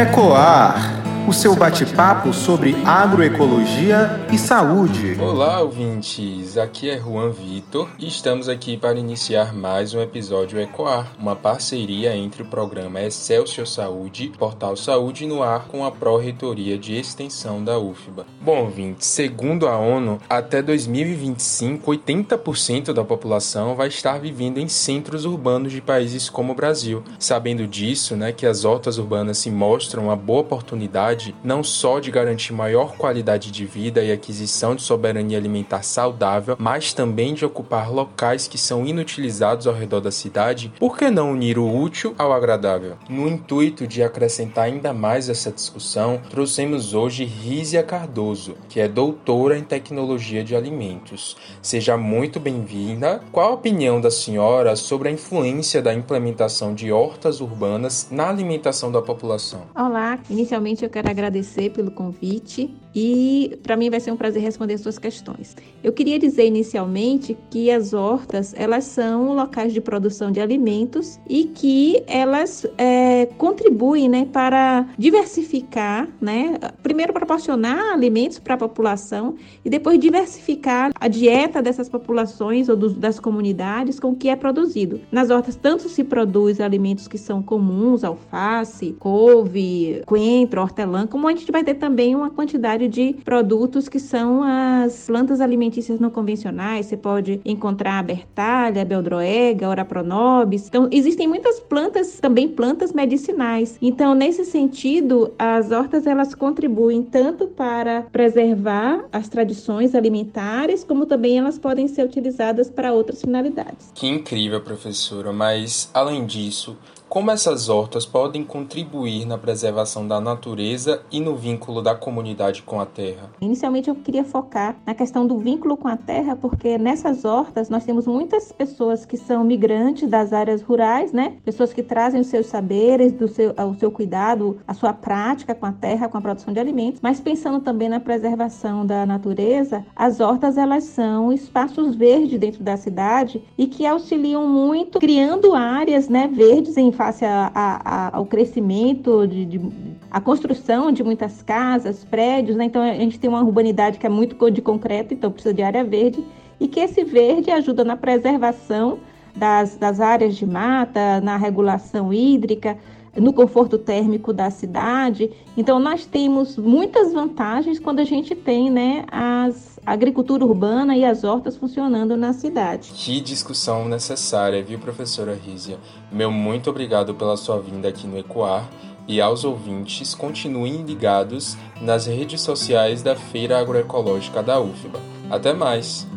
Ecoar, o seu bate-papo sobre agroecologia e saúde. Olá, ouvintes! Aqui é Juan Vitor e estamos aqui para iniciar mais um episódio Ecoar, uma parceria entre o programa Excelsior Saúde, Portal Saúde no Ar, com a Pró-Reitoria de Extensão da UFBA. Bom, ouvintes, segundo a ONU, até 2025, 80% da população vai estar vivendo em centros urbanos de países como o Brasil. Sabendo disso, que as hortas urbanas se mostram uma boa oportunidade não só de garantir maior qualidade de vida e aquisição de soberania alimentar saudável, mas também de ocupar locais que são inutilizados ao redor da cidade. Por que não unir o útil ao agradável? No intuito de acrescentar ainda mais essa discussão, trouxemos hoje Rízia Cardoso, que é doutora em tecnologia de alimentos. Seja muito bem-vinda. Qual a opinião da senhora sobre a influência da implementação de hortas urbanas na alimentação da população? Olá, inicialmente eu quero agradecer pelo convite e para mim vai ser um prazer responder suas questões. Eu queria dizer inicialmente que as hortas, elas são locais de produção de alimentos e que elas contribuem para diversificar, primeiro proporcionar alimentos para a população e depois diversificar a dieta dessas populações ou das comunidades com o que é produzido. Nas hortas tanto se produz alimentos que são comuns, alface, couve, coentro, hortelã, como a gente vai ter também uma quantidade de produtos que são as plantas alimentícias não convencionais. Você pode encontrar a bertalha, a beldroega, a ora pronobis. Então, existem muitas plantas, também plantas medicinais. Então, nesse sentido, as hortas elas contribuem tanto para preservar as tradições alimentares, como também elas podem ser utilizadas para outras finalidades. Que incrível, professora! Mas, além disso, como essas hortas podem contribuir na preservação da natureza e no vínculo da comunidade com a terra? Inicialmente eu queria focar na questão do vínculo com a terra, porque nessas hortas nós temos muitas pessoas que são migrantes das áreas rurais, pessoas que trazem os seus saberes, o seu cuidado, a sua prática com a terra, com a produção de alimentos, mas pensando também na preservação da natureza, as hortas elas são espaços verdes dentro da cidade e que auxiliam muito criando áreas verdes em face ao crescimento, a construção de muitas casas, prédios, Então a gente tem uma urbanidade que é muito de concreto, então precisa de área verde, e que esse verde ajuda na preservação das áreas de mata, na regulação hídrica, no conforto térmico da cidade. Então nós temos muitas vantagens quando a gente tem a agricultura urbana e as hortas funcionando na cidade. Que discussão necessária, viu, professora Rízia? Meu muito obrigado pela sua vinda aqui no Ecoar, e aos ouvintes, continuem ligados nas redes sociais da Feira Agroecológica da UFBA. Até mais!